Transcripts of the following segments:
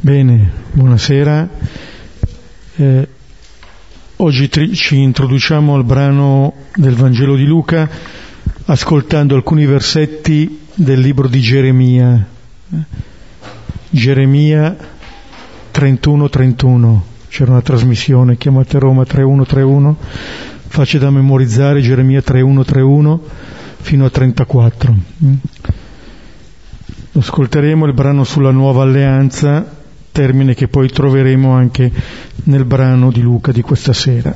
Bene, buonasera. Oggi ci introduciamo al brano del Vangelo di Luca ascoltando alcuni versetti del libro di Geremia. Geremia 31-31. C'era una trasmissione chiamata Roma 3131, facile da memorizzare, Geremia 31-31 fino a 34. Ascolteremo il brano sulla nuova alleanza, termine che poi troveremo anche nel brano di Luca di questa sera.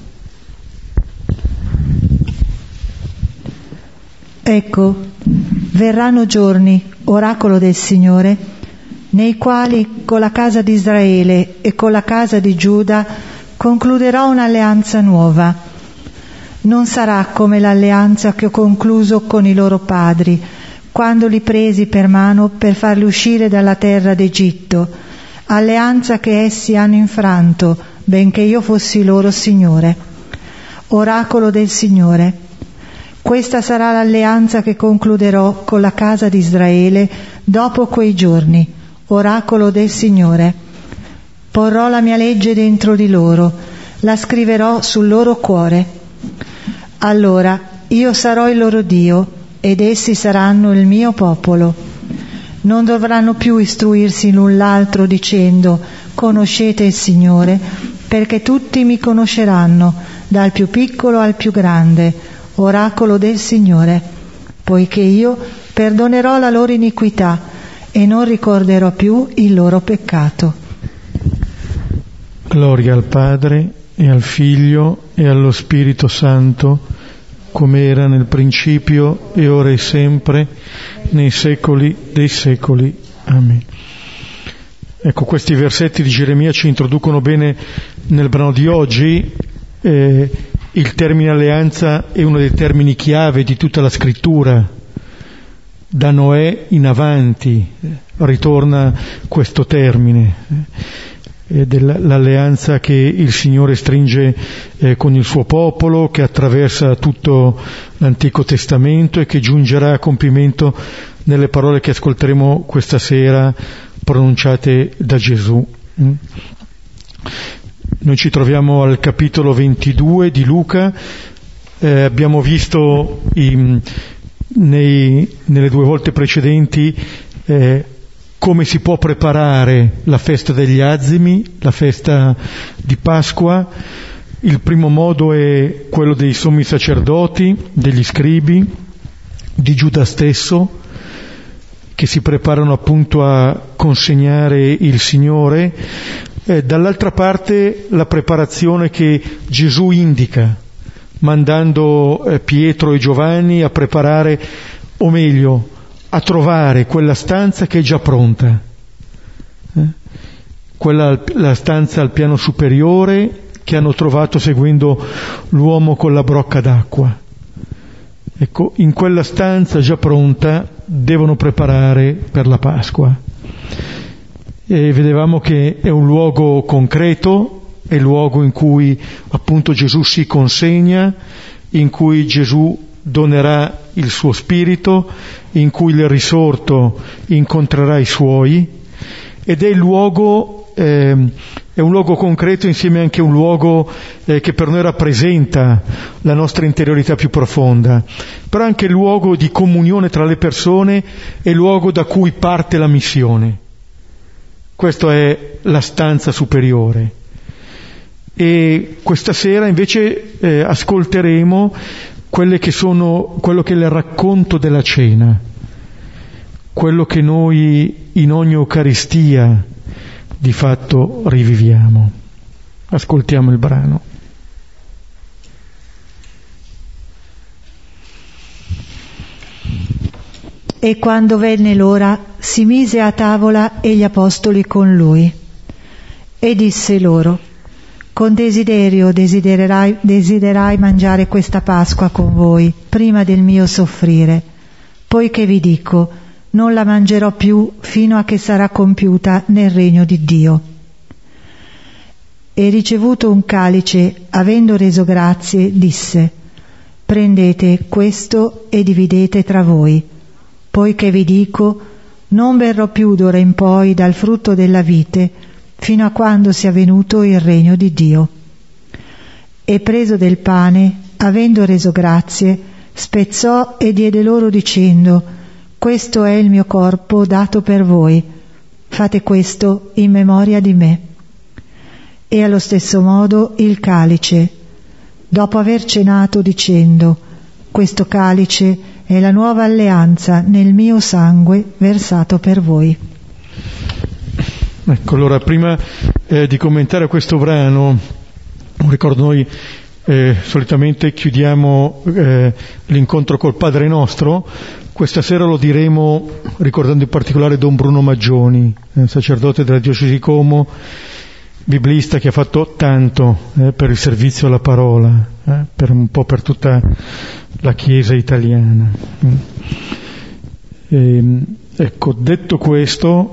Ecco, verranno giorni, oracolo del Signore, nei quali con la casa di Israele e con la casa di Giuda concluderò un'alleanza nuova. Non sarà come l'alleanza che ho concluso con i loro padri, quando li presi per mano per farli uscire dalla terra d'Egitto, alleanza che essi hanno infranto, benché io fossi loro Signore. Oracolo del Signore. Questa sarà l'alleanza che concluderò con la casa di Israele dopo quei giorni. Oracolo del Signore. Porrò la mia legge dentro di loro, la scriverò sul loro cuore. Allora io sarò il loro Dio ed essi saranno il mio popolo. Non dovranno più istruirsi l'un l'altro dicendo: conoscete il Signore, perché tutti mi conosceranno, dal più piccolo al più grande. Oracolo del Signore. Poiché io perdonerò la loro iniquità e non ricorderò più il loro peccato. Gloria al Padre e al Figlio e allo Spirito Santo, come era nel principio e ora e sempre, nei secoli dei secoli. Amen. Ecco, questi versetti di Geremia ci introducono bene nel brano di oggi. Il termine alleanza è uno dei termini chiave di tutta la scrittura. Da Noè in avanti ritorna questo termine. Dell'alleanza che il Signore stringe con il suo popolo, che attraversa tutto l'Antico Testamento e che giungerà a compimento nelle parole che ascolteremo questa sera pronunciate da Gesù. Noi ci troviamo al capitolo 22 di Luca. Abbiamo visto nelle due volte precedenti come si può preparare la festa degli azimi, la festa di Pasqua. Il primo modo è quello dei sommi sacerdoti, degli scribi, di Giuda stesso, che si preparano appunto a consegnare il Signore. Dall'altra parte la preparazione che Gesù indica, mandando Pietro e Giovanni a preparare, o meglio, a trovare quella stanza che è già pronta, la stanza al piano superiore che hanno trovato seguendo l'uomo con la brocca d'acqua. Ecco, in quella stanza già pronta devono preparare per la Pasqua. E vedevamo che è un luogo concreto, è il luogo in cui appunto Gesù si consegna, in cui Gesù donerà il suo spirito, in cui il risorto incontrerà i suoi, ed è un luogo concreto, insieme anche a un luogo che per noi rappresenta la nostra interiorità più profonda, però anche il luogo di comunione tra le persone e il luogo da cui parte la missione. Questa è la stanza superiore. E questa sera invece ascolteremo quello che è il racconto della cena, quello che noi in ogni Eucaristia di fatto riviviamo. Ascoltiamo il brano. E quando venne l'ora, si mise a tavola e gli apostoli con lui, e disse loro: con desiderio desiderai mangiare questa Pasqua con voi, prima del mio soffrire. Poiché vi dico, non la mangerò più fino a che sarà compiuta nel regno di Dio. E ricevuto un calice, avendo reso grazie, disse: prendete questo e dividete tra voi, poiché vi dico, non berrò più d'ora in poi dal frutto della vite, fino a quando sia venuto il regno di Dio. E preso del pane, avendo reso grazie, spezzò e diede loro dicendo: questo è il mio corpo dato per voi, fate questo in memoria di me. E allo stesso modo il calice, dopo aver cenato, dicendo: questo calice è la nuova alleanza nel mio sangue versato per voi. Ecco, allora prima di commentare questo brano, ricordo noi solitamente chiudiamo l'incontro col Padre Nostro. Questa sera lo diremo ricordando in particolare Don Bruno Maggioni, sacerdote della diocesi di Como, biblista che ha fatto tanto per il servizio alla parola, per un po' per tutta la Chiesa italiana. Ecco, detto questo,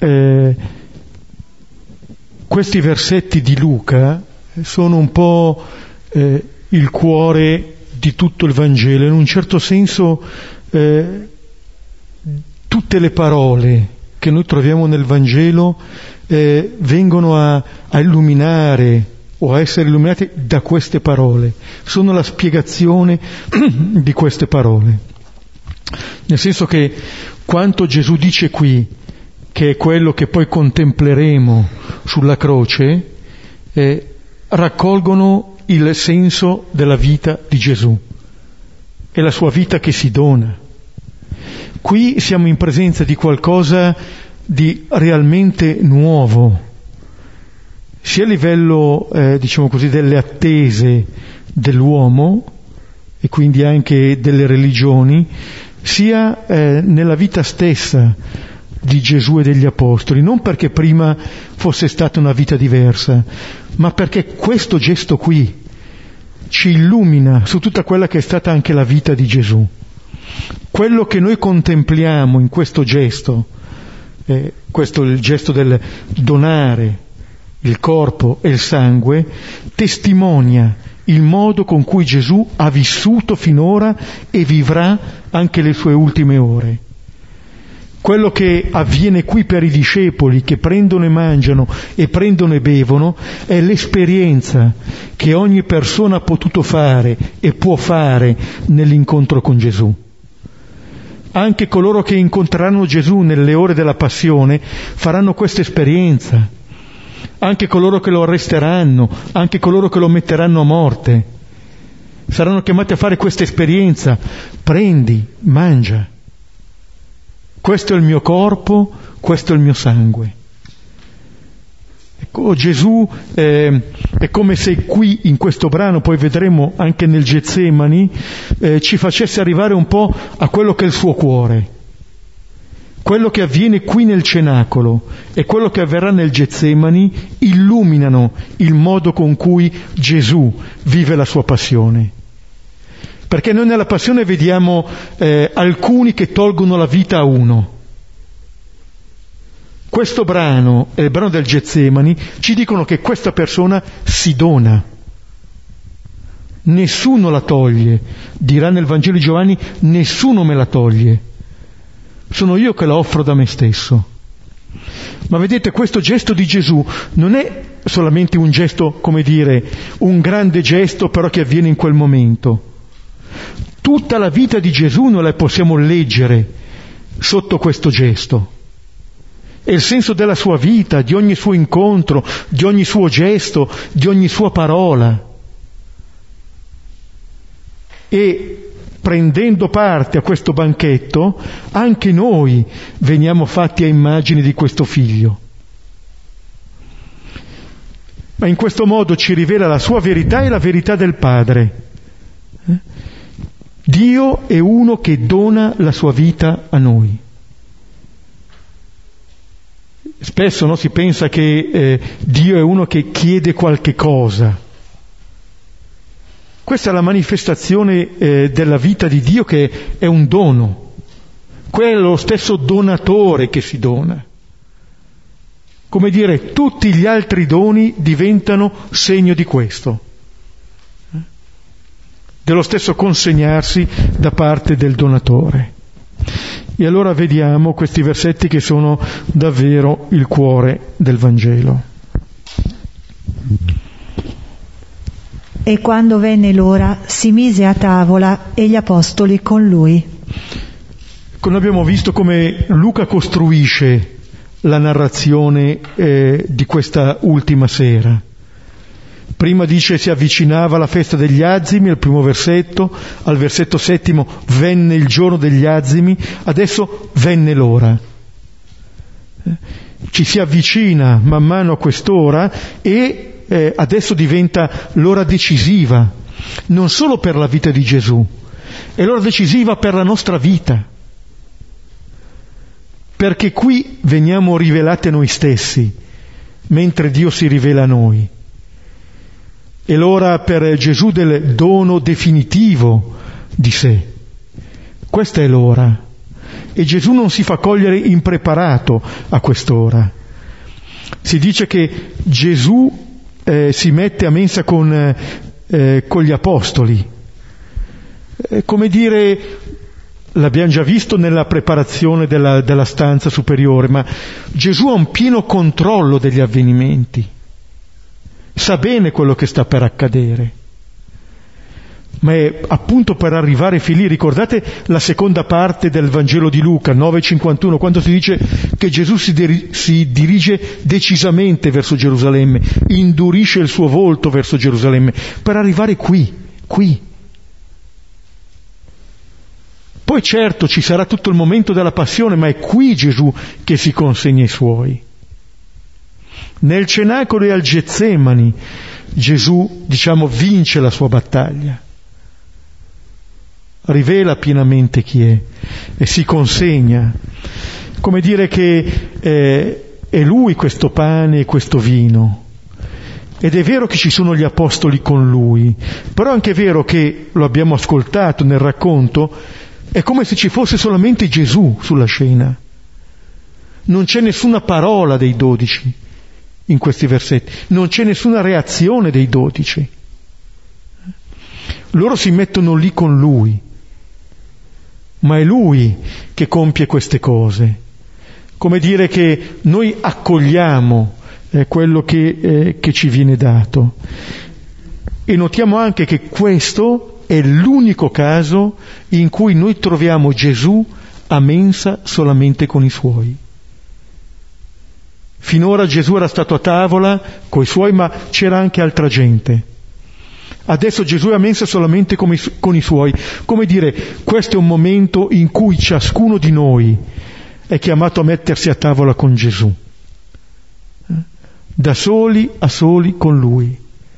questi versetti di Luca sono un po' il cuore di tutto il Vangelo. In un certo senso tutte le parole che noi troviamo nel Vangelo vengono a illuminare o a essere illuminate da queste parole, sono la spiegazione di queste parole. Nel senso che quanto Gesù dice qui, che è quello che poi contempleremo sulla croce, raccolgono il senso della vita di Gesù. È la sua vita che si dona. Qui siamo in presenza di qualcosa di realmente nuovo, sia a livello, diciamo così, delle attese dell'uomo e quindi anche delle religioni, sia nella vita stessa di Gesù e degli Apostoli, non perché prima fosse stata una vita diversa, ma perché questo gesto qui ci illumina su tutta quella che è stata anche la vita di Gesù. Quello che noi contempliamo in questo gesto, questo è il gesto del donare il corpo e il sangue, testimonia il modo con cui Gesù ha vissuto finora e vivrà anche le sue ultime ore. Quello che avviene qui per i discepoli che prendono e mangiano e prendono e bevono è l'esperienza che ogni persona ha potuto fare e può fare nell'incontro con Gesù. Anche coloro che incontreranno Gesù nelle ore della passione faranno questa esperienza. Anche coloro che lo arresteranno, anche coloro che lo metteranno a morte, saranno chiamati a fare questa esperienza. Prendi, mangia. Questo è il mio corpo, questo è il mio sangue. Ecco, Gesù è come se qui in questo brano, poi vedremo anche nel Getsemani, ci facesse arrivare un po' a quello che è il suo cuore. Quello che avviene qui nel cenacolo e quello che avverrà nel Getsemani illuminano il modo con cui Gesù vive la sua passione. Perché noi nella passione vediamo alcuni che tolgono la vita a uno. Questo brano e il brano del Getsemani ci dicono che questa persona si dona. Nessuno la toglie. Dirà nel Vangelo di Giovanni: nessuno me la toglie. Sono io che la offro da me stesso. Ma vedete, questo gesto di Gesù non è solamente un gesto, come dire, un grande gesto però che avviene in quel momento. Tutta la vita di Gesù noi la possiamo leggere sotto questo gesto. È il senso della sua vita, di ogni suo incontro, di ogni suo gesto, di ogni sua parola. E prendendo parte a questo banchetto, anche noi veniamo fatti a immagine di questo figlio. Ma in questo modo ci rivela la sua verità e la verità del Padre. Dio è uno che dona la sua vita a noi. Spesso si pensa che Dio è uno che chiede qualche cosa. Questa è la manifestazione della vita di Dio, che è un dono. Quello è lo stesso donatore che si dona. Come dire, tutti gli altri doni diventano segno di questo. Dello stesso consegnarsi da parte del donatore. E allora vediamo questi versetti che sono davvero il cuore del Vangelo. E quando venne l'ora si mise a tavola e gli apostoli con lui. Noi abbiamo visto come Luca costruisce la narrazione di questa ultima sera. Prima dice si avvicinava la festa degli azimi, al primo versetto, al versetto 7 venne il giorno degli azimi, adesso venne l'ora. Ci si avvicina man mano a quest'ora e adesso diventa l'ora decisiva, non solo per la vita di Gesù, è l'ora decisiva per la nostra vita, perché qui veniamo rivelati a noi stessi, mentre Dio si rivela a noi. È l'ora per Gesù del dono definitivo di sé. Questa è l'ora. E Gesù non si fa cogliere impreparato a quest'ora. Si dice che Gesù si mette a mensa con gli apostoli. Come dire, l'abbiamo già visto nella preparazione della stanza superiore, ma Gesù ha un pieno controllo degli avvenimenti. Sa bene quello che sta per accadere, ma è appunto per arrivare fin lì. Ricordate la seconda parte del Vangelo di Luca 9,51, quando si dice che Gesù si dirige decisamente verso Gerusalemme, indurisce il suo volto verso Gerusalemme, per arrivare qui. Poi certo ci sarà tutto il momento della passione, ma è qui Gesù che si consegna ai suoi. Nel cenacolo e al Getsemani Gesù, vince la sua battaglia, rivela pienamente chi è e si consegna. Come dire che è Lui questo pane e questo vino. Ed è vero che ci sono gli apostoli con Lui, però è anche vero che, lo abbiamo ascoltato nel racconto, è come se ci fosse solamente Gesù sulla scena. Non c'è nessuna parola dei 12 in questi versetti, non c'è nessuna reazione dei 12. Loro si mettono lì con Lui, ma è Lui che compie queste cose. Come dire che noi accogliamo quello che ci viene dato. E notiamo anche che questo è l'unico caso in cui noi troviamo Gesù a mensa solamente con i Suoi. Finora Gesù era stato a tavola coi Suoi, ma c'era anche altra gente. Adesso Gesù è a mensa solamente con i Suoi. Come dire, questo è un momento in cui ciascuno di noi è chiamato a mettersi a tavola con Gesù, da soli a soli con Lui,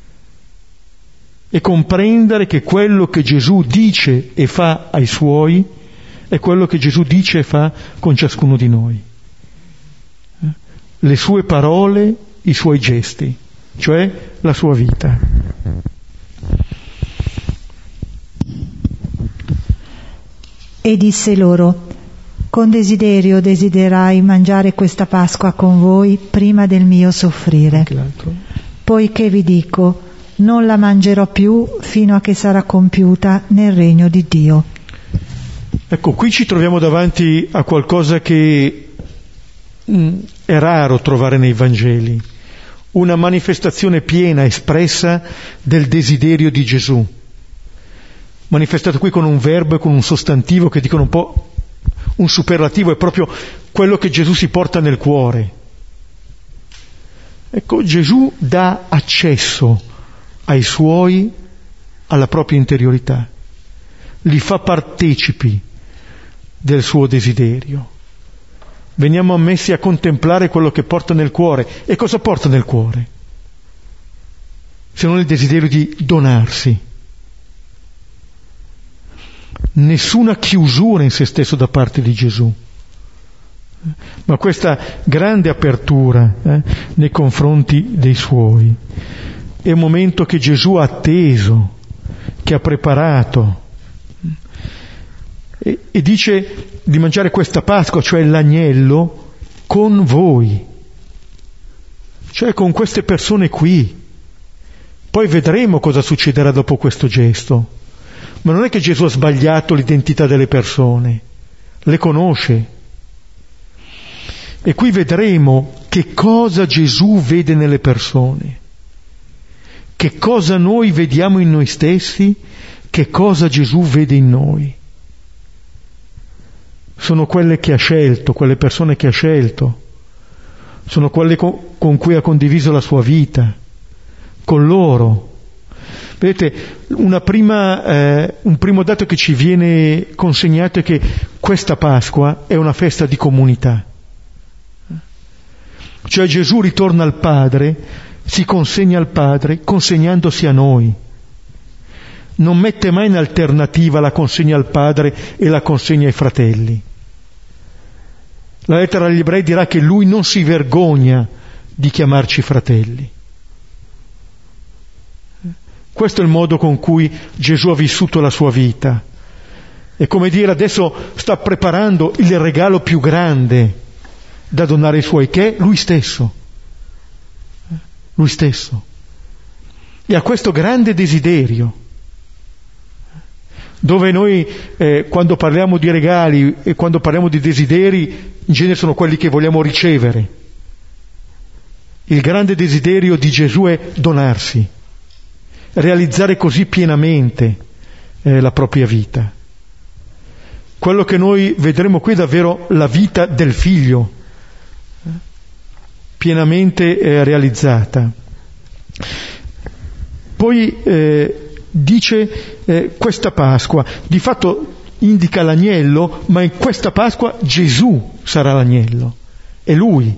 e comprendere che quello che Gesù dice e fa ai Suoi è quello che Gesù dice e fa con ciascuno di noi. Le sue parole, i suoi gesti, cioè la sua vita. E disse loro: con desiderio desiderai mangiare questa Pasqua con voi prima del mio soffrire. Poiché vi dico, non la mangerò più fino a che sarà compiuta nel regno di Dio. Ecco, qui ci troviamo davanti a qualcosa che è raro trovare nei Vangeli, una manifestazione piena, espressa del desiderio di Gesù, manifestato qui con un verbo e con un sostantivo che dicono un po' un superlativo, è proprio quello che Gesù si porta nel cuore. Ecco, Gesù dà accesso ai Suoi alla propria interiorità, li fa partecipi del suo desiderio. Veniamo ammessi a contemplare quello che porta nel cuore. E cosa porta nel cuore? Se non il desiderio di donarsi. Nessuna chiusura in se stesso da parte di Gesù, ma questa grande apertura nei confronti dei Suoi. È un momento che Gesù ha atteso, che ha preparato, e dice di mangiare questa Pasqua, cioè l'agnello, con voi, cioè con queste persone qui. Poi vedremo cosa succederà dopo questo gesto. Ma non è che Gesù ha sbagliato l'identità delle persone, le conosce. E qui vedremo che cosa Gesù vede nelle persone, che cosa noi vediamo in noi stessi, che cosa Gesù vede in noi. Sono quelle che ha scelto, quelle persone che ha scelto, sono quelle con cui ha condiviso la sua vita, con loro. Vedete, un primo dato che ci viene consegnato è che questa Pasqua è una festa di comunità. Cioè Gesù ritorna al Padre, si consegna al Padre, consegnandosi a noi. Non mette mai in alternativa la consegna al Padre e la consegna ai fratelli. La lettera agli Ebrei dirà che Lui non si vergogna di chiamarci fratelli. Questo è il modo con cui Gesù ha vissuto la sua vita. È come dire, adesso sta preparando il regalo più grande da donare ai Suoi, che è Lui stesso. Lui stesso. E ha questo grande desiderio, dove noi quando parliamo di regali e quando parliamo di desideri, in genere sono quelli che vogliamo ricevere. Il grande desiderio di Gesù è donarsi, realizzare così pienamente la propria vita. Quello che noi vedremo qui è davvero la vita del Figlio, pienamente realizzata. Poi dice questa Pasqua, di fatto indica l'agnello, ma in questa Pasqua Gesù sarà l'agnello, è Lui.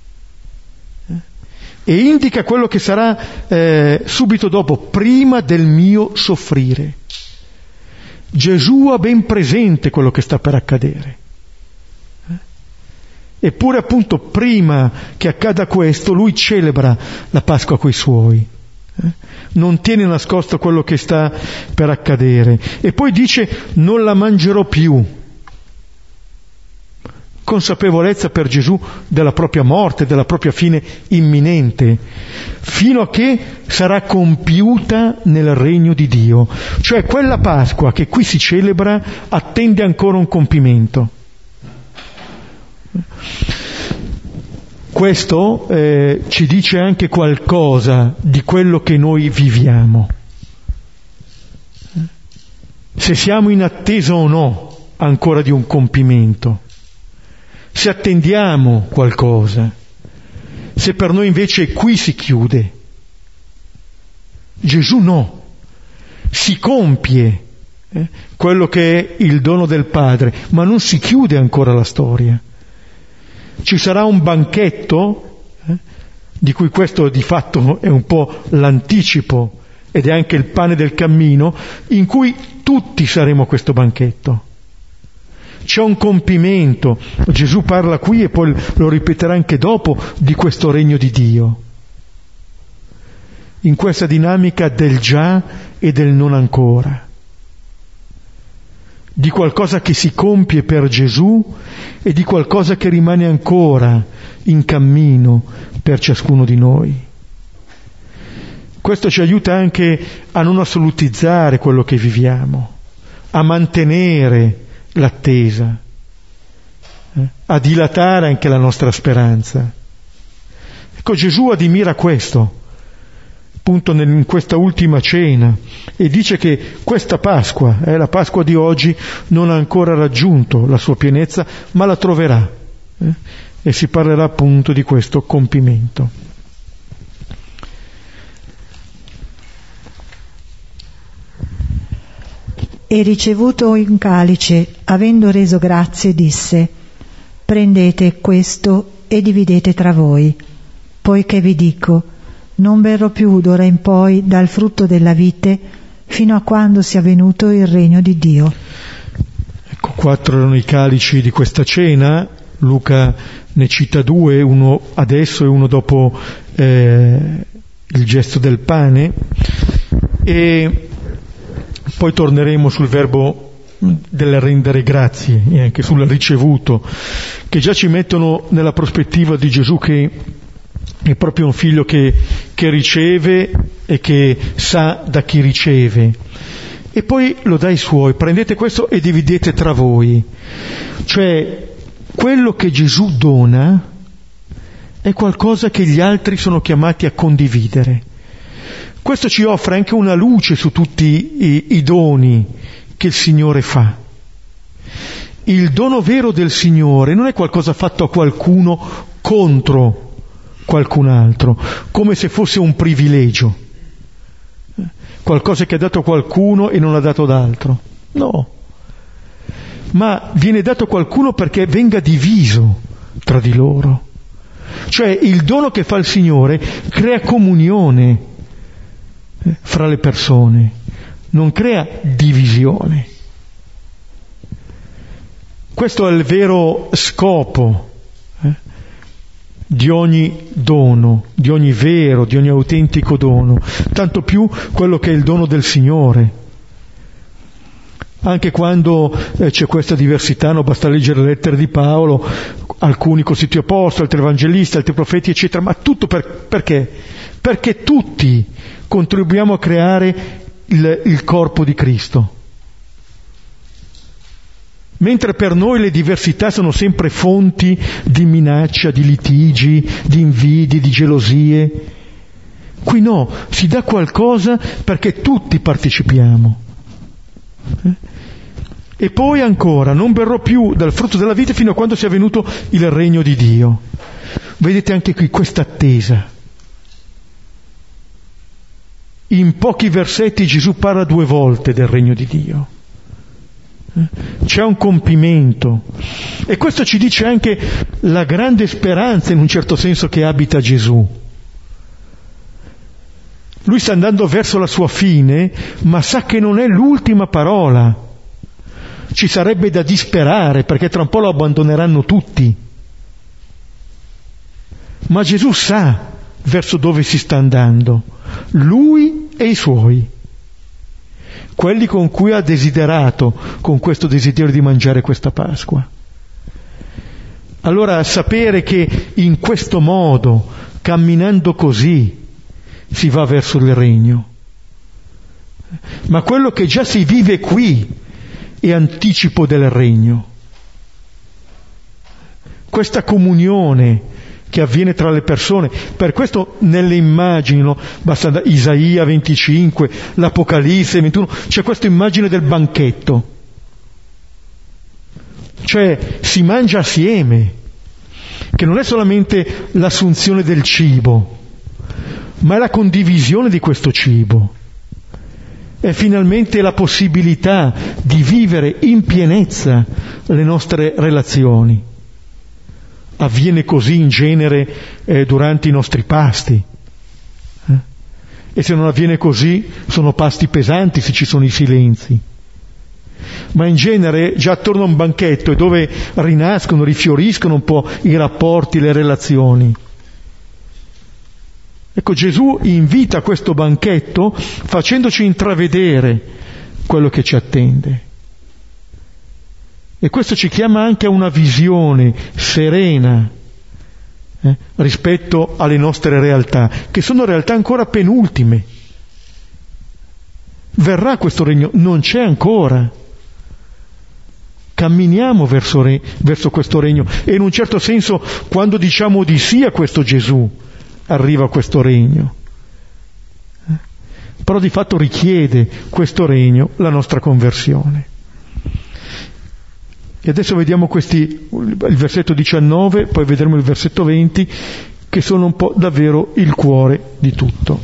E indica quello che sarà subito dopo, prima del mio soffrire. Gesù ha ben presente quello che sta per accadere. Eppure appunto prima che accada questo, Lui celebra la Pasqua coi Suoi. Non tiene nascosto quello che sta per accadere. E poi dice: non la mangerò più. Consapevolezza per Gesù della propria morte, della propria fine imminente, fino a che sarà compiuta nel regno di Dio. Cioè quella Pasqua che qui si celebra attende ancora un compimento. Questo ci dice anche qualcosa di quello che noi viviamo. Se siamo in attesa o no ancora di un compimento, se attendiamo qualcosa, se per noi invece qui si chiude. Gesù no, si compie quello che è il dono del Padre, ma non si chiude ancora la storia. Ci sarà un banchetto, di cui questo di fatto è un po' l'anticipo ed è anche il pane del cammino, in cui tutti saremo a questo banchetto. C'è un compimento, Gesù parla qui e poi lo ripeterà anche dopo, di questo regno di Dio. In questa dinamica del già e del non ancora. Di qualcosa che si compie per Gesù e di qualcosa che rimane ancora in cammino per ciascuno di noi. Questo ci aiuta anche a non assolutizzare quello che viviamo, a mantenere l'attesa, a dilatare anche la nostra speranza. Ecco, Gesù admira questo, appunto in questa ultima cena, e dice che questa Pasqua, la Pasqua di oggi, non ha ancora raggiunto la sua pienezza, ma la troverà, e si parlerà appunto di questo compimento. E ricevuto un calice, avendo reso grazie, disse: prendete questo e dividete tra voi, poiché vi dico, non berrò più d'ora in poi dal frutto della vite, fino a quando sia venuto il regno di Dio. Ecco, 4 erano i calici di questa cena. Luca ne cita 2, uno adesso e uno dopo il gesto del pane, e poi torneremo sul verbo del rendere grazie e anche sul ricevuto, che già ci mettono nella prospettiva di Gesù che è proprio un figlio che riceve e che sa da chi riceve. E poi lo dà ai suoi: prendete questo e dividete tra voi. Cioè, quello che Gesù dona è qualcosa che gli altri sono chiamati a condividere. Questo ci offre anche una luce su tutti i doni che il Signore fa. Il dono vero del Signore non è qualcosa fatto a qualcuno contro qualcun altro, come se fosse un privilegio, qualcosa che ha dato a qualcuno e non ha dato ad altro. No, ma viene dato a qualcuno perché venga diviso tra di loro. Cioè il dono che fa il Signore crea comunione fra le persone, non crea divisione. Questo è il vero scopo di ogni dono, di ogni vero, di ogni autentico dono, tanto più quello che è il dono del Signore. Anche quando c'è questa diversità, no? Basta leggere le lettere di Paolo, alcuni cosiddetti apostoli, altri evangelisti, altri profeti, eccetera, ma tutto perché? Perché tutti contribuiamo a creare il corpo di Cristo. Mentre per noi le diversità sono sempre fonti di minaccia, di litigi, di invidie, di gelosie, qui no, si dà qualcosa perché tutti partecipiamo. E poi ancora, non berrò più dal frutto della vite fino a quando sia venuto il regno di Dio. Vedete anche qui questa attesa. In pochi versetti Gesù parla 2 volte del regno di Dio. C'è un compimento, e questo ci dice anche la grande speranza in un certo senso che abita Gesù. Lui sta andando verso la sua fine, ma sa che non è l'ultima parola. Ci sarebbe da disperare perché tra un po' lo abbandoneranno tutti, ma Gesù sa verso dove si sta andando, lui e i suoi, quelli con cui ha desiderato, con questo desiderio di mangiare questa Pasqua. Allora sapere che in questo modo, camminando così, si va verso il regno. Ma quello che già si vive qui è anticipo del regno. Questa comunione che avviene tra le persone, per questo nelle immagini, no? Basta da Isaia 25, l'Apocalisse 21, c'è questa immagine del banchetto. Cioè si mangia assieme, che non è solamente l'assunzione del cibo, ma è la condivisione di questo cibo. È finalmente la possibilità di vivere in pienezza le nostre relazioni. Avviene così in genere durante i nostri pasti. E se non avviene così sono pasti pesanti se ci sono i silenzi. Ma in genere già attorno a un banchetto è dove rinascono, rifioriscono un po' i rapporti, le relazioni. Ecco, Gesù invita a questo banchetto facendoci intravedere quello che ci attende. E questo ci chiama anche a una visione serena rispetto alle nostre realtà, che sono realtà ancora penultime. Verrà questo regno, non c'è ancora. Camminiamo verso questo regno, e in un certo senso quando diciamo di sì a questo Gesù, arriva questo regno. Però di fatto richiede questo regno la nostra conversione. E adesso vediamo il versetto 19, poi vedremo il versetto 20, che sono un po' davvero il cuore di tutto.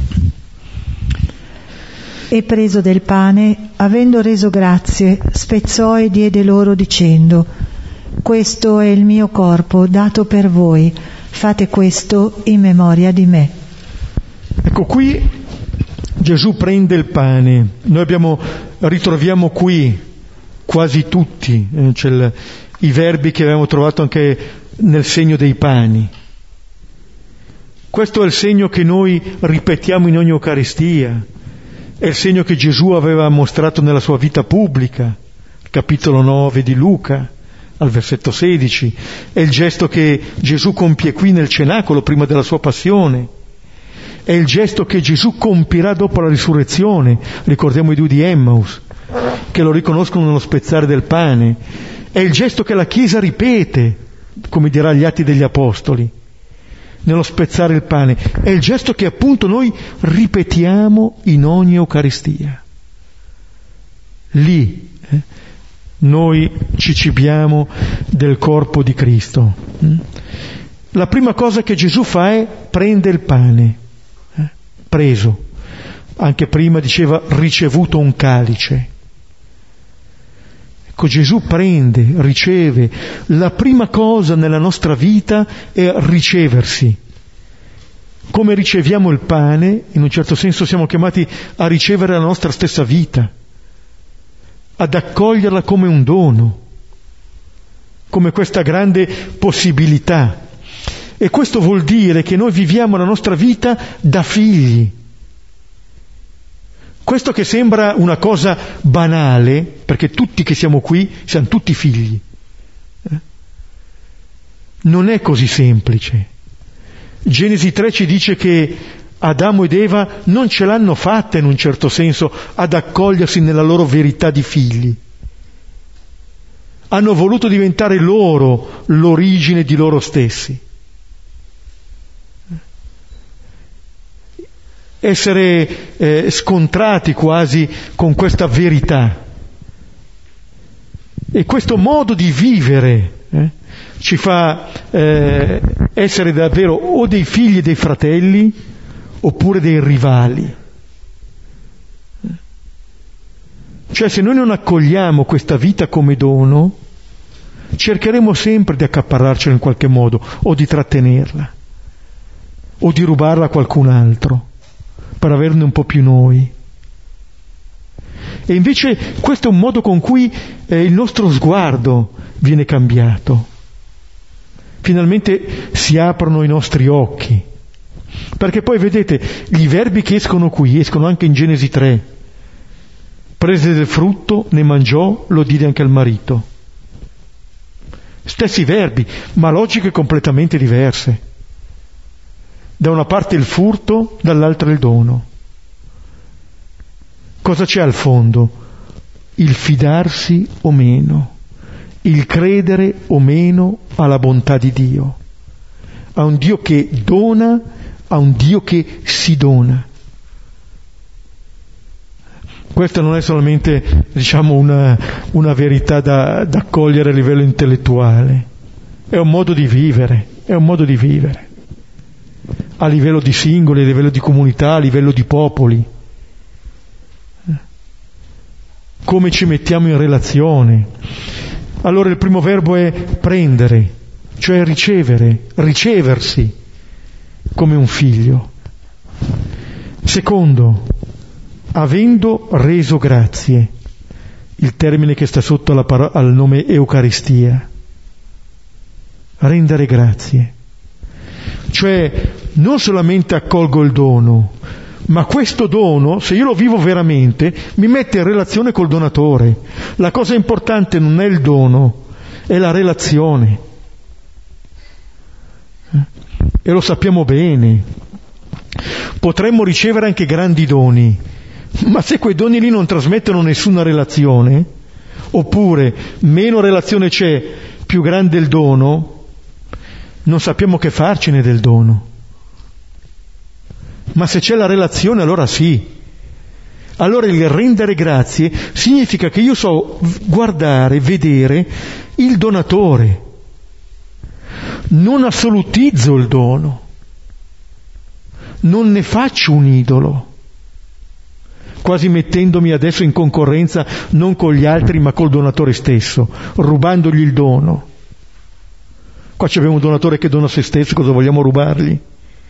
E preso del pane, avendo reso grazie, spezzò e diede loro dicendo: questo è il mio corpo dato per voi, fate questo in memoria di me. Ecco, qui Gesù prende il pane. Noi ritroviamo qui quasi tutti, i verbi che abbiamo trovato anche nel segno dei pani. Questo è il segno che noi ripetiamo in ogni Eucaristia, è il segno che Gesù aveva mostrato nella sua vita pubblica, capitolo 9 di Luca, al versetto 16, è il gesto che Gesù compie qui nel cenacolo prima della sua passione, è il gesto che Gesù compirà dopo la risurrezione, ricordiamo i 2 di Emmaus, che lo riconoscono nello spezzare del pane, è il gesto che la Chiesa ripete, come dirà agli Atti degli Apostoli. nello spezzare il pane. È il gesto che appunto noi ripetiamo in ogni Eucaristia. Lì noi ci cibiamo del corpo di Cristo. La prima cosa che Gesù fa è prende il pane, preso. Anche prima diceva ricevuto un calice. Ecco, Gesù prende, riceve. La prima cosa nella nostra vita è riceversi. Come riceviamo il pane, in un certo senso siamo chiamati a ricevere la nostra stessa vita, ad accoglierla come un dono, come questa grande possibilità. E questo vuol dire che noi viviamo la nostra vita da figli. Questo che sembra una cosa banale, perché tutti che siamo qui siamo tutti figli, non è così semplice. Genesi 3 ci dice che Adamo ed Eva non ce l'hanno fatta in un certo senso ad accogliersi nella loro verità di figli. Hanno voluto diventare loro l'origine di loro stessi. Essere scontrati quasi con questa verità. E questo modo di vivere ci fa essere davvero o dei figli dei fratelli oppure dei rivali. Cioè, se noi non accogliamo questa vita come dono, cercheremo sempre di accaparrarcela in qualche modo, o di trattenerla, o di rubarla a qualcun altro per averne un po' più noi. E invece questo è un modo con cui il nostro sguardo viene cambiato. Finalmente si aprono i nostri occhi, perché poi vedete gli verbi che escono qui escono anche in Genesi 3. Prese del frutto, ne mangiò, lo diede anche al marito. Stessi verbi, ma logiche completamente diverse. Da una parte il furto, dall'altra il dono. Cosa c'è al fondo? Il fidarsi o meno, il credere o meno alla bontà di Dio, a un Dio che dona, a un Dio che si dona. Questa non è solamente, diciamo, una verità da accogliere a livello intellettuale, è un modo di vivere, a livello di singoli, a livello di comunità, a livello di popoli. Come ci mettiamo in relazione. Allora il primo verbo è prendere, cioè ricevere, riceversi come un figlio. Secondo, avendo reso grazie, il termine che sta sotto al nome Eucaristia. Rendere grazie. Cioè non solamente accolgo il dono, ma questo dono, se io lo vivo veramente, mi mette in relazione col donatore. La cosa importante non è il dono, è la relazione. E lo sappiamo bene. Potremmo ricevere anche grandi doni, ma se quei doni lì non trasmettono nessuna relazione, oppure meno relazione c'è, più grande il dono, non sappiamo che farcene del dono. Ma se c'è la relazione, allora sì. Allora il rendere grazie significa che io so guardare, vedere il donatore. Non assolutizzo il dono. Non ne faccio un idolo, quasi mettendomi adesso in concorrenza non con gli altri ma col donatore stesso, rubandogli il dono. Qua abbiamo un donatore che dona se stesso, cosa vogliamo rubargli?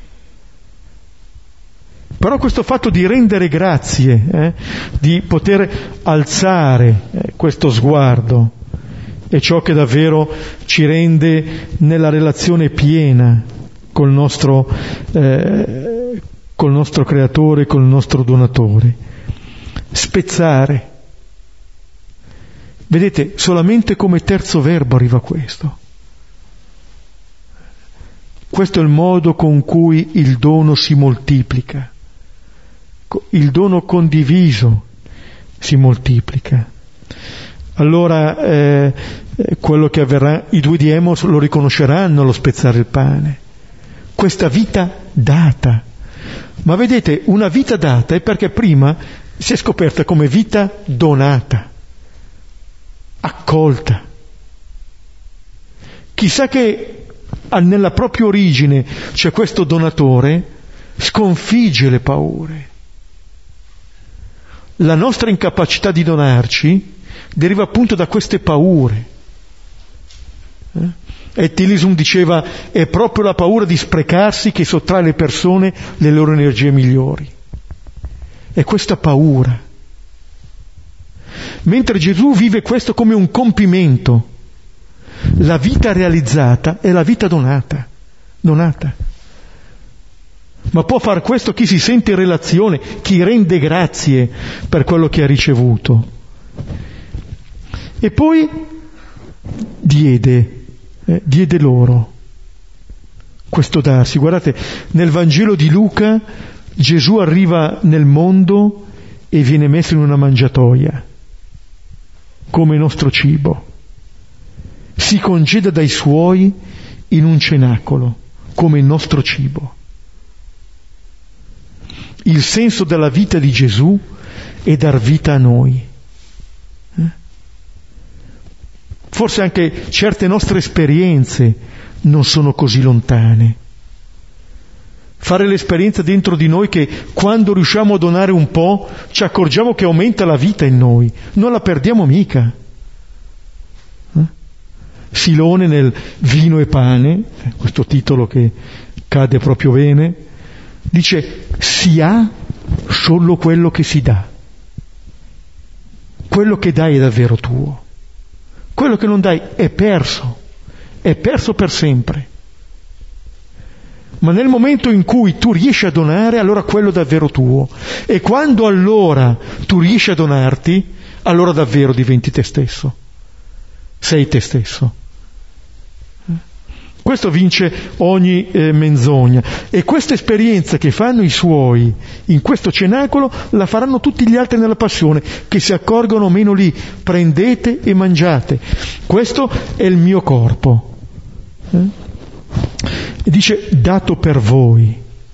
Però questo fatto di rendere grazie, di poter alzare questo sguardo, è ciò che davvero ci rende nella relazione piena col nostro creatore, col nostro donatore. Spezzare. Vedete, solamente come terzo verbo arriva questo. Questo è il modo con cui il dono si moltiplica. Il dono condiviso si moltiplica. Allora quello che avverrà, i due di Emos lo riconosceranno allo spezzare il pane. questa vita data. Ma vedete, una vita data è perché prima si è scoperta come vita donata, accolta. Chissà che nella propria origine c'è questo donatore, sconfigge le paure. La nostra incapacità di donarci deriva appunto da queste paure. E Tillisum diceva: è proprio la paura di sprecarsi che sottrae alle persone le loro energie migliori. È questa paura. Mentre Gesù vive questo come un compimento. La vita realizzata è la vita donata. Ma può far questo chi si sente in relazione, chi rende grazie per quello che ha ricevuto. E poi diede loro questo darsi. Guardate, nel Vangelo di Luca Gesù arriva nel mondo e viene messo in una mangiatoia come nostro cibo. Si congeda dai suoi in un cenacolo come il nostro cibo. Il senso della vita di Gesù è dar vita a noi. Forse anche certe nostre esperienze non sono così lontane. Fare l'esperienza dentro di noi che quando riusciamo a donare un po' ci accorgiamo che aumenta la vita in noi, non la perdiamo mica. Silone nel Vino e pane, questo titolo che cade proprio bene, dice: si ha solo quello che si dà. Quello che dai è davvero tuo. Quello che non dai è perso per sempre. Ma nel momento in cui tu riesci a donare, allora quello è davvero tuo. E quando allora tu riesci a donarti, allora davvero diventi te stesso. Sei te stesso. Questo vince ogni menzogna. E questa esperienza che fanno i suoi in questo cenacolo la faranno tutti gli altri nella passione, che si accorgono meno lì: prendete e mangiate, questo è il mio corpo. E dice: dato per voi,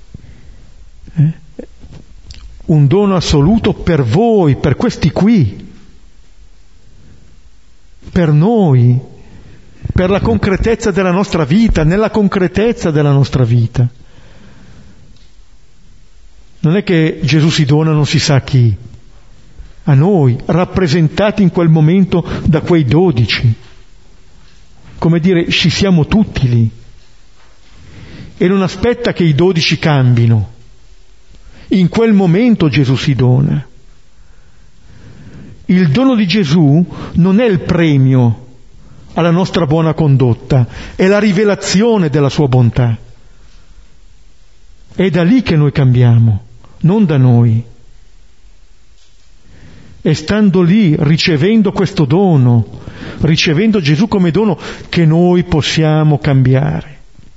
un dono assoluto per voi, per questi qui, per noi, per la concretezza della nostra vita, nella concretezza della nostra vita. Non è che Gesù si dona non si sa chi, a noi, rappresentati in quel momento da quei 12. Come dire, ci siamo tutti lì. E non aspetta che i 12 cambino. In quel momento Gesù si dona. Il dono di Gesù non è il premio alla nostra buona condotta, è la rivelazione della sua bontà. È da lì che noi cambiamo, non da noi. E stando lì, ricevendo questo dono, ricevendo Gesù come dono, che noi possiamo cambiare.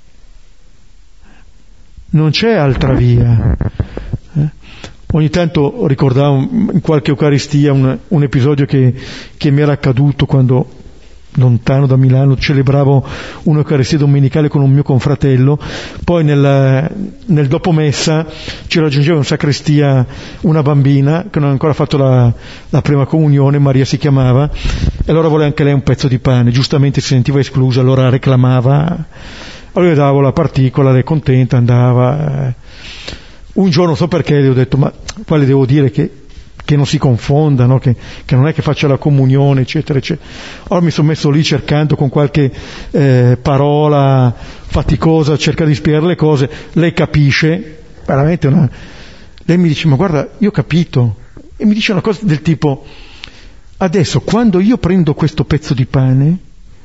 Non c'è altra via. Ogni tanto ricordavo in qualche Eucaristia un episodio che mi era accaduto quando, lontano da Milano, celebravo un'Eucaristia domenicale con un mio confratello. Poi nel dopomessa ci raggiungeva in sacrestia una bambina che non aveva ancora fatto la prima comunione, Maria si chiamava, e allora voleva anche lei un pezzo di pane. Giustamente si sentiva esclusa, allora reclamava. Allora io davo la particola, lei contenta, andava. Un giorno, so perché, le ho detto: ma poi le devo dire che non si confonda, no? Che non è che faccia la comunione, eccetera, eccetera. Allora mi sono messo lì cercando con qualche parola faticosa, cercare di spiegare le cose. Lei capisce, veramente lei mi dice: ma guarda, io ho capito. E mi dice una cosa del tipo: adesso quando io prendo questo pezzo di pane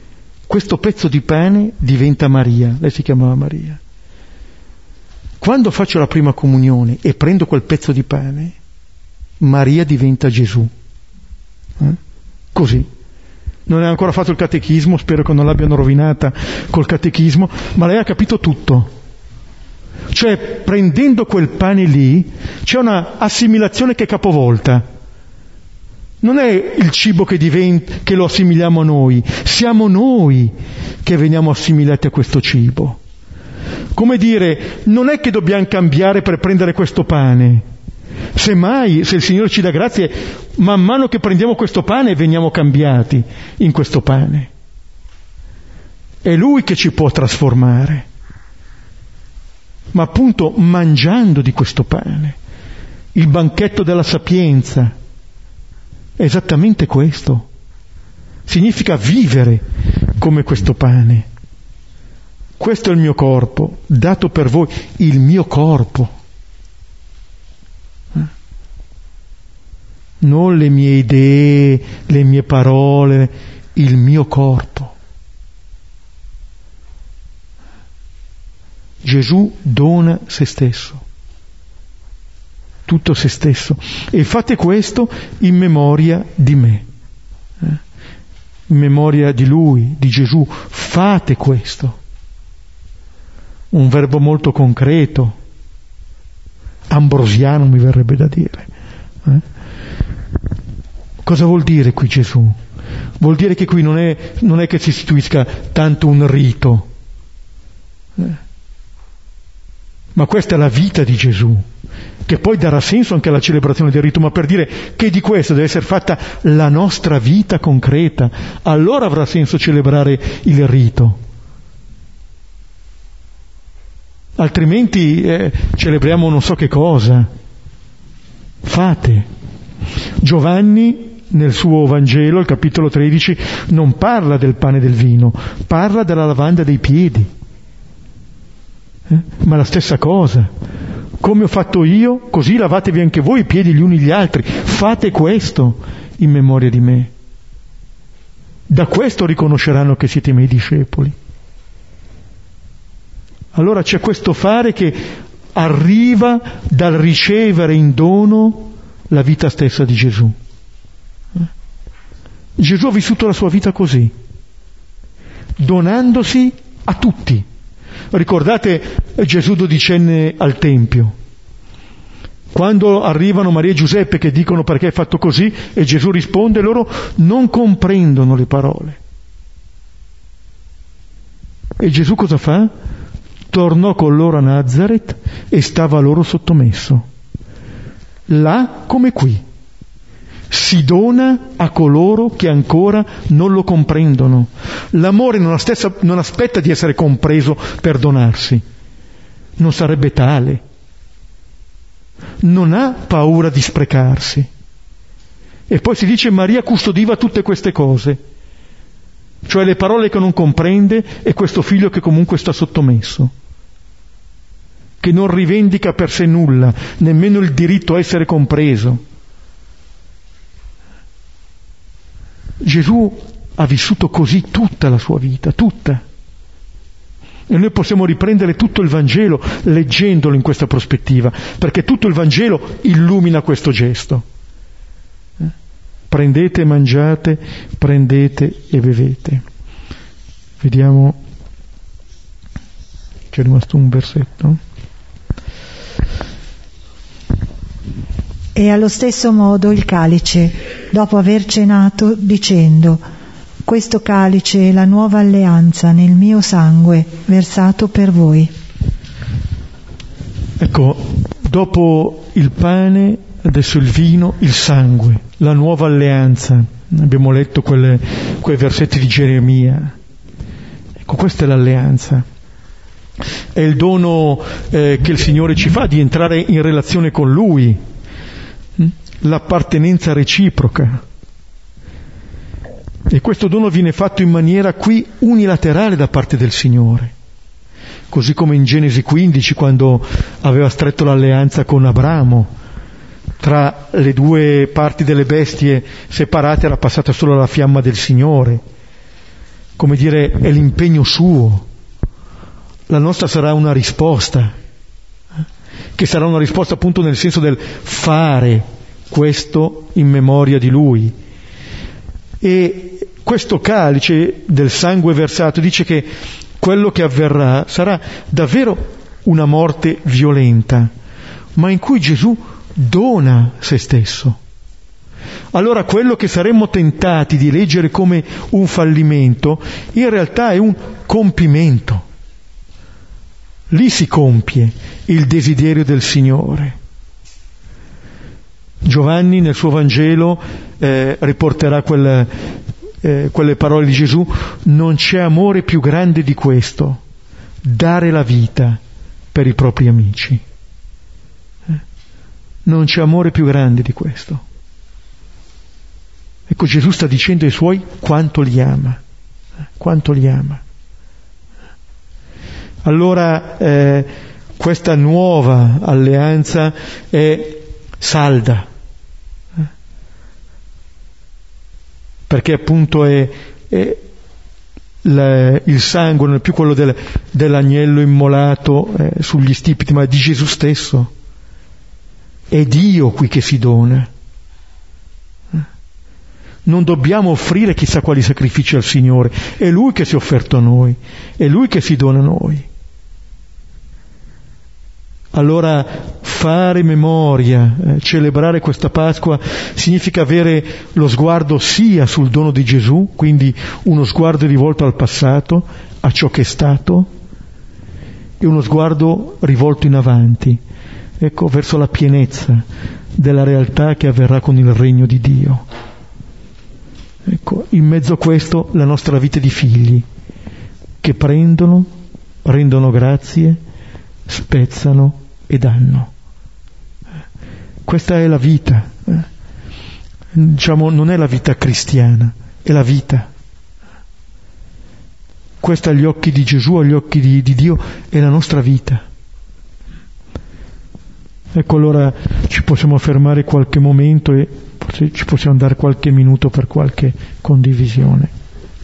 diventa Maria. Lei si chiamava Maria. Quando faccio la prima comunione e prendo quel pezzo di pane, Maria diventa Gesù. Così. Non ha ancora fatto il catechismo, spero che non l'abbiano rovinata col catechismo, ma lei ha capito tutto. Cioè, prendendo quel pane lì, c'è una assimilazione che capovolta. Non è il cibo che lo assimiliamo a noi, siamo noi che veniamo assimilati a questo cibo. Come dire, non è che dobbiamo cambiare per prendere questo pane. Semmai, se il Signore ci dà grazie, man mano che prendiamo questo pane veniamo cambiati in questo pane. È Lui che ci può trasformare. Ma appunto mangiando di questo pane, il banchetto della sapienza, è esattamente questo. Significa vivere come questo pane. Questo è il mio corpo, dato per voi, il mio corpo. Non le mie idee, le mie parole, il mio corpo. Gesù dona se stesso, tutto se stesso, e fate questo in memoria di me, in memoria di Lui, di Gesù. Fate questo. Un verbo molto concreto, ambrosiano mi verrebbe da dire. Cosa vuol dire qui Gesù? Vuol dire che qui non è che si istituisca tanto un rito, ma questa è la vita di Gesù, che poi darà senso anche alla celebrazione del rito, ma per dire che di questo deve essere fatta la nostra vita concreta, allora avrà senso celebrare il rito. Altrimenti celebriamo non so che cosa. Fate. Giovanni nel suo Vangelo, al capitolo 13, non parla del pane e del vino, parla della lavanda dei piedi. Ma la stessa cosa. Come ho fatto io, così lavatevi anche voi i piedi gli uni gli altri. Fate questo in memoria di me. Da questo riconosceranno che siete i miei discepoli. Allora c'è questo fare che arriva dal ricevere in dono la vita stessa di Gesù. Gesù ha vissuto la sua vita così, donandosi a tutti. Ricordate Gesù dodicenne al Tempio, quando arrivano Maria e Giuseppe che dicono perché hai fatto così, e Gesù risponde, loro non comprendono le parole. E Gesù cosa fa? Tornò con loro a Nazaret e stava loro sottomesso. Là come qui si dona a coloro che ancora non lo comprendono. L'amore non aspetta di essere compreso per donarsi, non sarebbe tale. Non ha paura di sprecarsi. E poi si dice Maria custodiva tutte queste cose, cioè le parole che non comprende e questo figlio che comunque sta sottomesso, che non rivendica per sé nulla, nemmeno il diritto a essere compreso. Gesù ha vissuto così tutta la sua vita, tutta. E noi possiamo riprendere tutto il Vangelo leggendolo in questa prospettiva, perché tutto il Vangelo illumina questo gesto. Prendete e mangiate, prendete e bevete. Vediamo, c'è rimasto un versetto. E allo stesso modo il calice, dopo aver cenato, dicendo: questo calice è la nuova alleanza nel mio sangue, versato per voi. Ecco, dopo il pane, adesso il vino, il sangue, la nuova alleanza. Abbiamo letto quei versetti di Geremia. Ecco, questa è l'alleanza. È il dono che il Signore ci fa di entrare in relazione con Lui. L'appartenenza reciproca. E questo dono viene fatto in maniera qui unilaterale da parte del Signore, così come in Genesi 15, quando aveva stretto l'alleanza con Abramo, tra le due parti delle bestie separate era passata solo la fiamma del Signore, come dire, è l'impegno suo. La nostra sarà una risposta, che sarà una risposta appunto nel senso del fare questo in memoria di Lui. E questo calice del sangue versato dice che quello che avverrà sarà davvero una morte violenta, ma in cui Gesù dona se stesso. Allora quello che saremmo tentati di leggere come un fallimento, in realtà è un compimento. Lì si compie il desiderio del Signore. Giovanni nel suo Vangelo riporterà quelle parole di Gesù: non c'è amore più grande di questo, dare la vita per i propri amici. Non c'è amore più grande di questo. Ecco, Gesù sta dicendo ai Suoi quanto li ama, quanto li ama. Allora questa nuova alleanza è salda, perché appunto è il sangue non è più quello dell'agnello immolato sugli stipiti, ma di Gesù stesso. È Dio qui che si dona. Non dobbiamo offrire chissà quali sacrifici al Signore, è Lui che si è offerto a noi, è Lui che si dona a noi. Allora fare memoria, celebrare questa Pasqua significa avere lo sguardo sia sul dono di Gesù, quindi uno sguardo rivolto al passato, a ciò che è stato, e uno sguardo rivolto in avanti, ecco, verso la pienezza della realtà che avverrà con il regno di Dio. Ecco, in mezzo a questo la nostra vita di figli che prendono, rendono grazie, spezzano e danno. Questa è la vita, diciamo, non è la vita cristiana, è la vita. Questa agli occhi di Gesù, agli occhi di Dio, è la nostra vita. Ecco, allora ci possiamo fermare qualche momento e forse ci possiamo dare qualche minuto per qualche condivisione.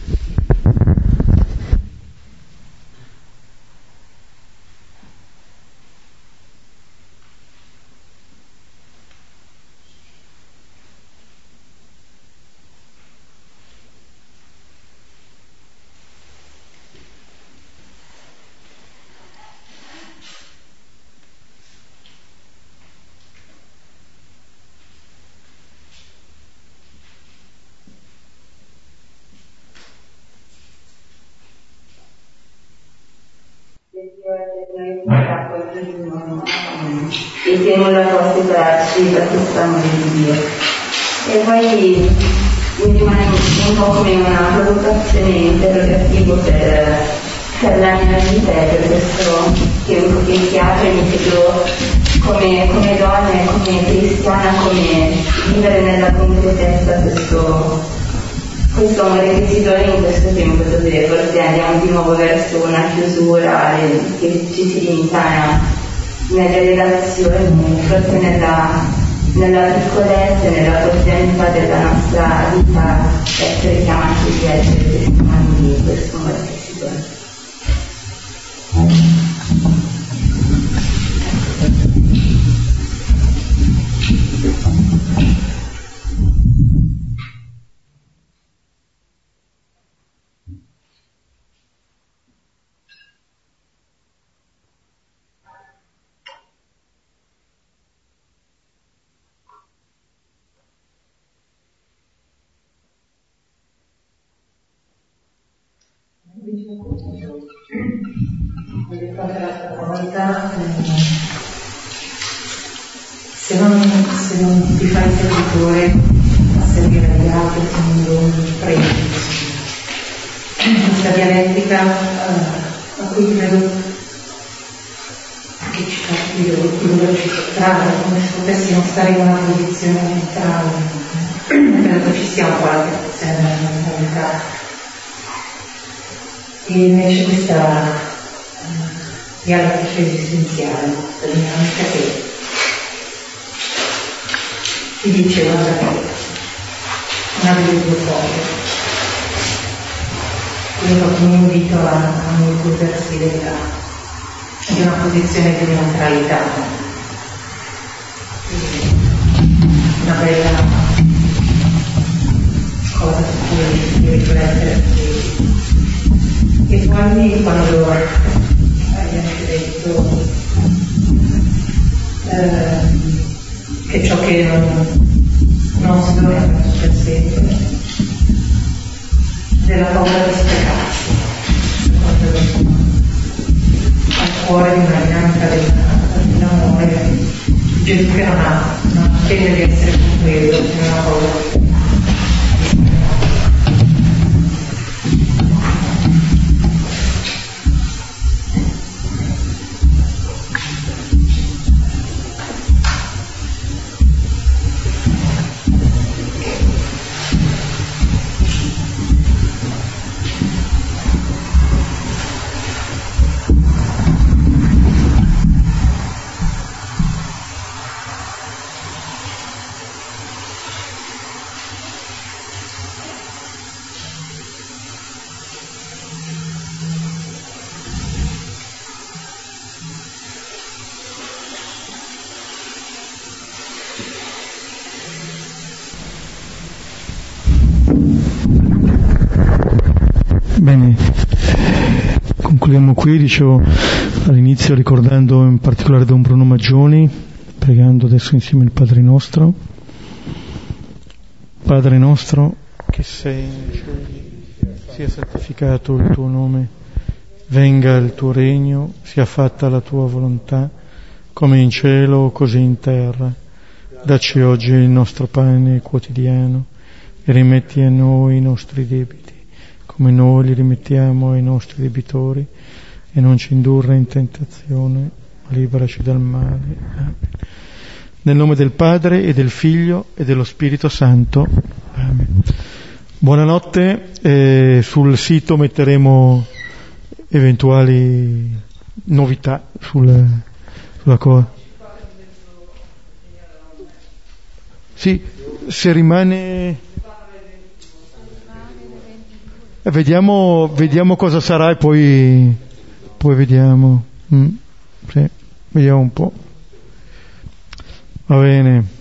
E che nulla può separarci da questo amore di Dio. E poi mi rimane un po' come una provocazione interrogativa per la mia vita e per questo tempo che si apre. Mi chiedo come donna e come cristiana, come vivere nella concretezza questo amore che si dona in questo tempo dove forse andiamo di nuovo verso una chiusura, che ci si limita nelle relazioni, forse nella piccolezza e nella quotidianità della nostra vita, essere chiamati di essere testimoni di questo amore che si dona. Se non ti fai servitore a servire agli altri secondo un premio. Questa dialettica a cui credo che ci doverci sottrarre, come se potessimo stare in una posizione neutrale. Credo che ci sia un qualche pozione nella neutralità. E invece questa dialettica esistenziale, questa dinamica che ti dice guarda che una delle due cose. Io proprio mi invito a non includersi di una posizione di neutralità, una bella cosa su cui riflettere. E poi quando hai anche detto che ciò che non si doveva per sempre, della paura di sprecarsi, al cuore di dell'amore, Gesù che non chiede di essere compreso, è una cosa. Bene, concludiamo qui, dicevo all'inizio ricordando in particolare Don Bruno Maggioni, pregando adesso insieme il Padre Nostro. Padre nostro che sei nei cieli, sia santificato il tuo nome, venga il tuo regno, sia fatta la tua volontà, come in cielo così in terra. Dacci oggi il nostro pane quotidiano e rimetti a noi i nostri debiti, come noi li rimettiamo ai nostri debitori, e non ci indurre in tentazione, ma liberaci dal male. Amen. Nel nome del Padre e del Figlio e dello Spirito Santo. Amen. Buonanotte, sul sito metteremo eventuali novità sulla cosa. Sì, se rimane... Vediamo cosa sarà e poi vediamo. Sì, vediamo un po'. Va bene.